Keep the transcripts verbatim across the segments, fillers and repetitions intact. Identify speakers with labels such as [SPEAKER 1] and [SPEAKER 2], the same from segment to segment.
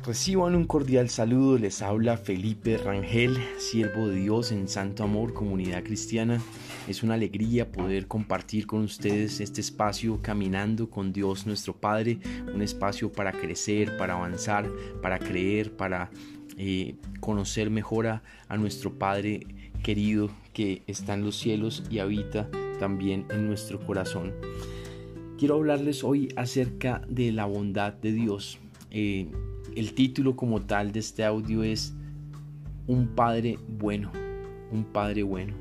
[SPEAKER 1] Reciban un cordial saludo, les habla Felipe Rangel, siervo de Dios en Santo Amor, Comunidad Cristiana. Es una alegría poder compartir con ustedes este espacio caminando con Dios nuestro Padre, un espacio para crecer, para avanzar, para creer, para eh, conocer mejor a, a nuestro Padre querido que está en los cielos y habita también en nuestro corazón. Quiero hablarles hoy acerca de la bondad de Dios. Eh, el título como tal de este audio es Un Padre Bueno, un Padre Bueno.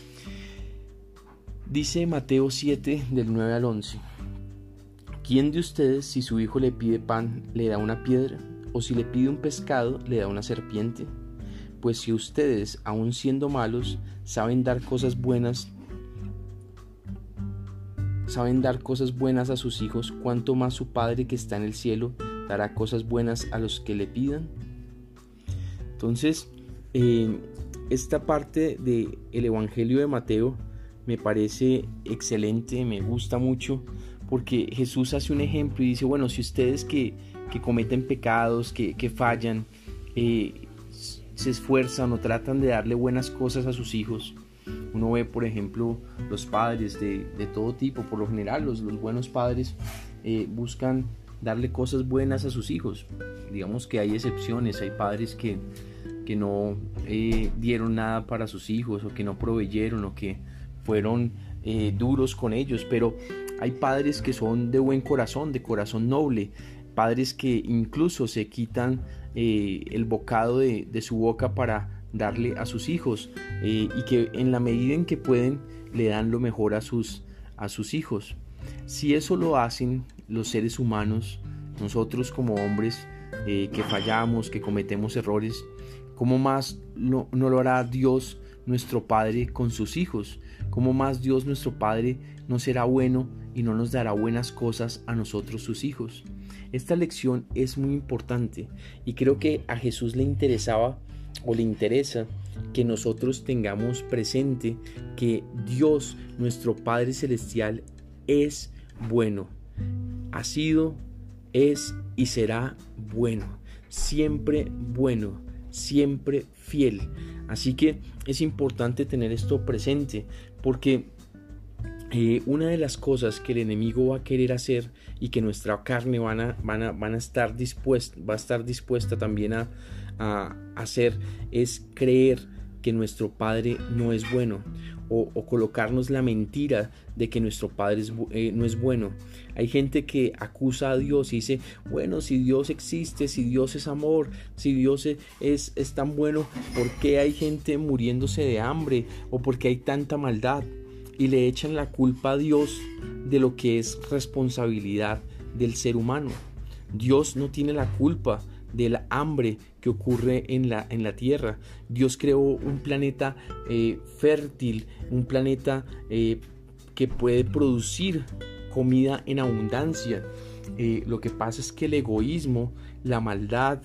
[SPEAKER 1] Dice Mateo siete del nueve al once: ¿Quién de ustedes, si su hijo le pide pan, le da una piedra? ¿O si le pide un pescado, le da una serpiente? Pues si ustedes, aun siendo malos, saben dar cosas buenas, saben dar cosas buenas a sus hijos, ¿cuánto más su Padre que está en el cielo dará cosas buenas a los que le pidan? Entonces, eh, esta parte del Evangelio de Mateo me parece excelente, me gusta mucho, porque Jesús hace un ejemplo y dice, bueno, si ustedes que, que cometen pecados, que, que fallan, eh, se esfuerzan o tratan de darle buenas cosas a sus hijos. Uno ve, por ejemplo, los padres de, de todo tipo, por lo general los, los buenos padres eh, buscan darle cosas buenas a sus hijos. Digamos que hay excepciones, hay padres que, que no eh, dieron nada para sus hijos, o que no proveyeron, o que fueron eh, duros con ellos, pero hay padres que son de buen corazón, de corazón noble, padres que incluso se quitan eh, el bocado de, de su boca para darle a sus hijos, eh, y que en la medida en que pueden le dan lo mejor a sus, a sus hijos. Si eso lo hacen los seres humanos, nosotros como hombres eh, que fallamos, que cometemos errores, ¿cómo más no, no lo hará Dios nuestro Padre con sus hijos? ¿Cómo más Dios nuestro Padre no será bueno y no nos dará buenas cosas a nosotros sus hijos? Esta lección es muy importante y creo que a Jesús le interesaba o le interesa que nosotros tengamos presente que Dios nuestro Padre Celestial es bueno, ha sido, es y será bueno, siempre bueno, siempre fiel. Así que es importante tener esto presente, porque eh, una de las cosas que el enemigo va a querer hacer y que nuestra carne van a, van a, van a estar dispuesta, va a estar dispuesta también a, a hacer es creer que nuestro Padre no es bueno, o, o colocarnos la mentira de que nuestro Padre es, eh, no es bueno. Hay gente que acusa a Dios y dice, bueno, si Dios existe, si Dios es amor, si Dios es, es tan bueno, ¿por qué hay gente muriéndose de hambre? ¿O por qué hay tanta maldad? Y le echan la culpa a Dios de lo que es responsabilidad del ser humano. Dios no tiene la culpa del hambre que ocurre en la, en la tierra. Dios creó un planeta eh, fértil, un planeta eh, que puede producir comida en abundancia. Eh, lo que pasa es que el egoísmo, la maldad,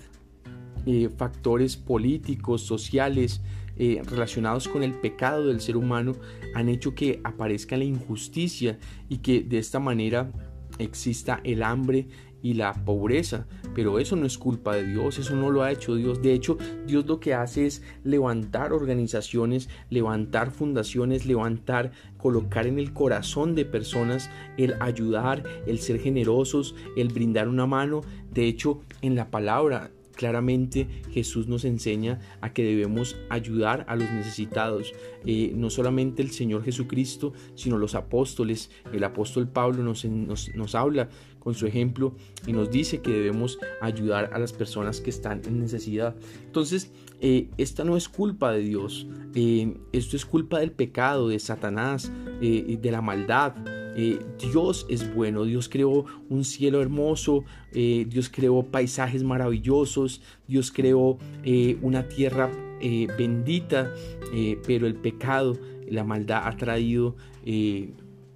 [SPEAKER 1] eh, factores políticos, sociales, eh, relacionados con el pecado del ser humano han hecho que aparezca la injusticia y que de esta manera exista el hambre y la pobreza. Pero eso no es culpa de Dios, eso no lo ha hecho Dios. De hecho, Dios lo que hace es levantar organizaciones, levantar fundaciones, levantar, colocar en el corazón de personas el ayudar, el ser generosos, el brindar una mano. De hecho, en la palabra claramente Jesús nos enseña a que debemos ayudar a los necesitados. Eh, no solamente el Señor Jesucristo, sino los apóstoles. El apóstol Pablo nos, nos, nos habla con su ejemplo y nos dice que debemos ayudar a las personas que están en necesidad. Entonces, eh, esta no es culpa de Dios. Eh, esto es culpa del pecado, de Satanás, eh, de la maldad. Eh, Dios es bueno, Dios creó un cielo hermoso, eh, Dios creó paisajes maravillosos, Dios creó eh, una tierra eh, bendita, eh, pero el pecado, la maldad ha traído eh,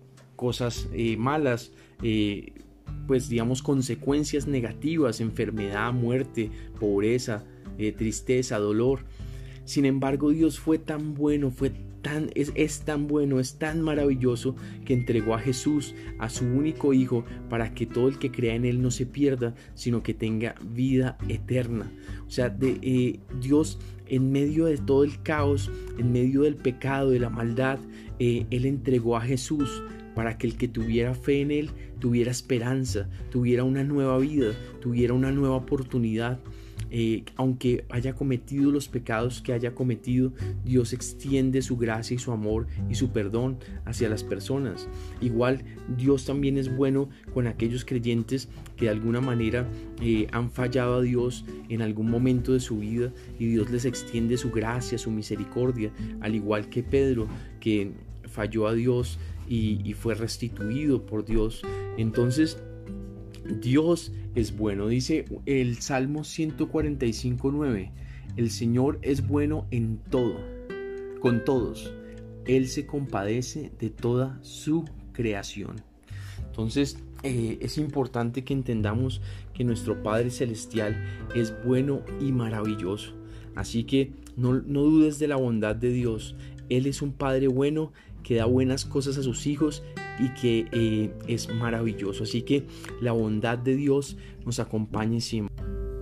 [SPEAKER 1] cosas eh, malas, eh, pues digamos consecuencias negativas, enfermedad, muerte, pobreza, eh, tristeza, dolor. Sin embargo, Dios fue tan bueno, fue tan, es, es tan bueno, es tan maravilloso que entregó a Jesús, a su único Hijo, para que todo el que crea en Él no se pierda, sino que tenga vida eterna. O sea, de, eh, Dios, en medio de todo el caos, en medio del pecado, de la maldad, eh, Él entregó a Jesús para que el que tuviera fe en Él tuviera esperanza, tuviera una nueva vida, tuviera una nueva oportunidad. Eh, aunque haya cometido los pecados que haya cometido, Dios extiende su gracia y su amor y su perdón hacia las personas. Igual Dios también es bueno con aquellos creyentes que de alguna manera eh, han fallado a Dios en algún momento de su vida, y Dios les extiende su gracia, su misericordia, al igual que Pedro, que falló a Dios y, y fue restituido por Dios. Entonces Dios es bueno. Dice el Salmo ciento cuarenta y cinco, nueve: el Señor es bueno en todo, con todos. Él se compadece de toda su creación. Entonces eh, es importante que entendamos que nuestro Padre Celestial es bueno y maravilloso. Así que no, no dudes de la bondad de Dios. Él es un Padre bueno que da buenas cosas a sus hijos y que eh, es maravilloso. Así que la bondad de Dios nos acompañe siempre.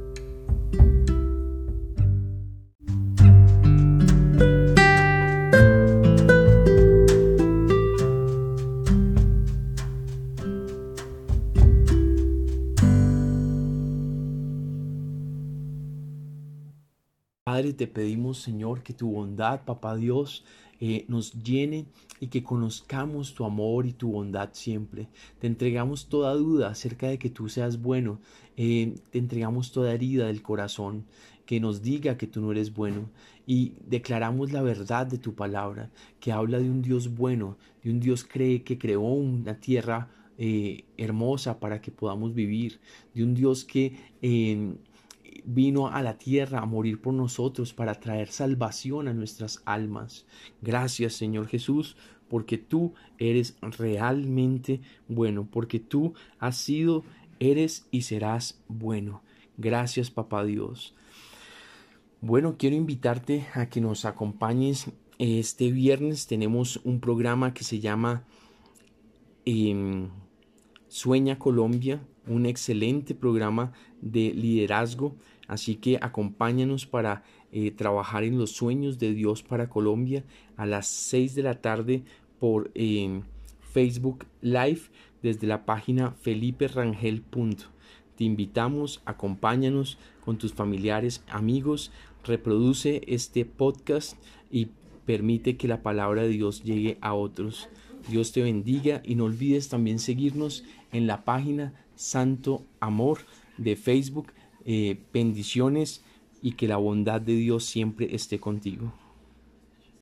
[SPEAKER 1] Padre, te pedimos, Señor, que tu bondad, Papá Dios, eh, nos llene y que conozcamos tu amor y tu bondad siempre. Te entregamos toda duda acerca de que tú seas bueno. Eh, te entregamos toda herida del corazón que nos diga que tú no eres bueno, y declaramos la verdad de tu palabra, que habla de un Dios bueno, de un Dios cree, que creó una tierra eh, hermosa para que podamos vivir, de un Dios que Eh, vino a la tierra a morir por nosotros para traer salvación a nuestras almas. Gracias, Señor Jesús, porque tú eres realmente bueno, porque tú has sido, eres y serás bueno. Gracias, Papá Dios. Bueno, quiero invitarte a que nos acompañes. Este viernes tenemos un programa que se llama eh, Sueña Colombia, un excelente programa de liderazgo. Así que acompáñanos para eh, trabajar en los sueños de Dios para Colombia a las seis de la tarde por eh, Facebook Live desde la página felipe rangel punto. Te invitamos, acompáñanos con tus familiares, amigos, reproduce este podcast y permite que la palabra de Dios llegue a otros. Dios te bendiga, y no olvides también seguirnos en la página Santo Amor de Facebook. Eh, bendiciones, y que la bondad de Dios siempre esté contigo.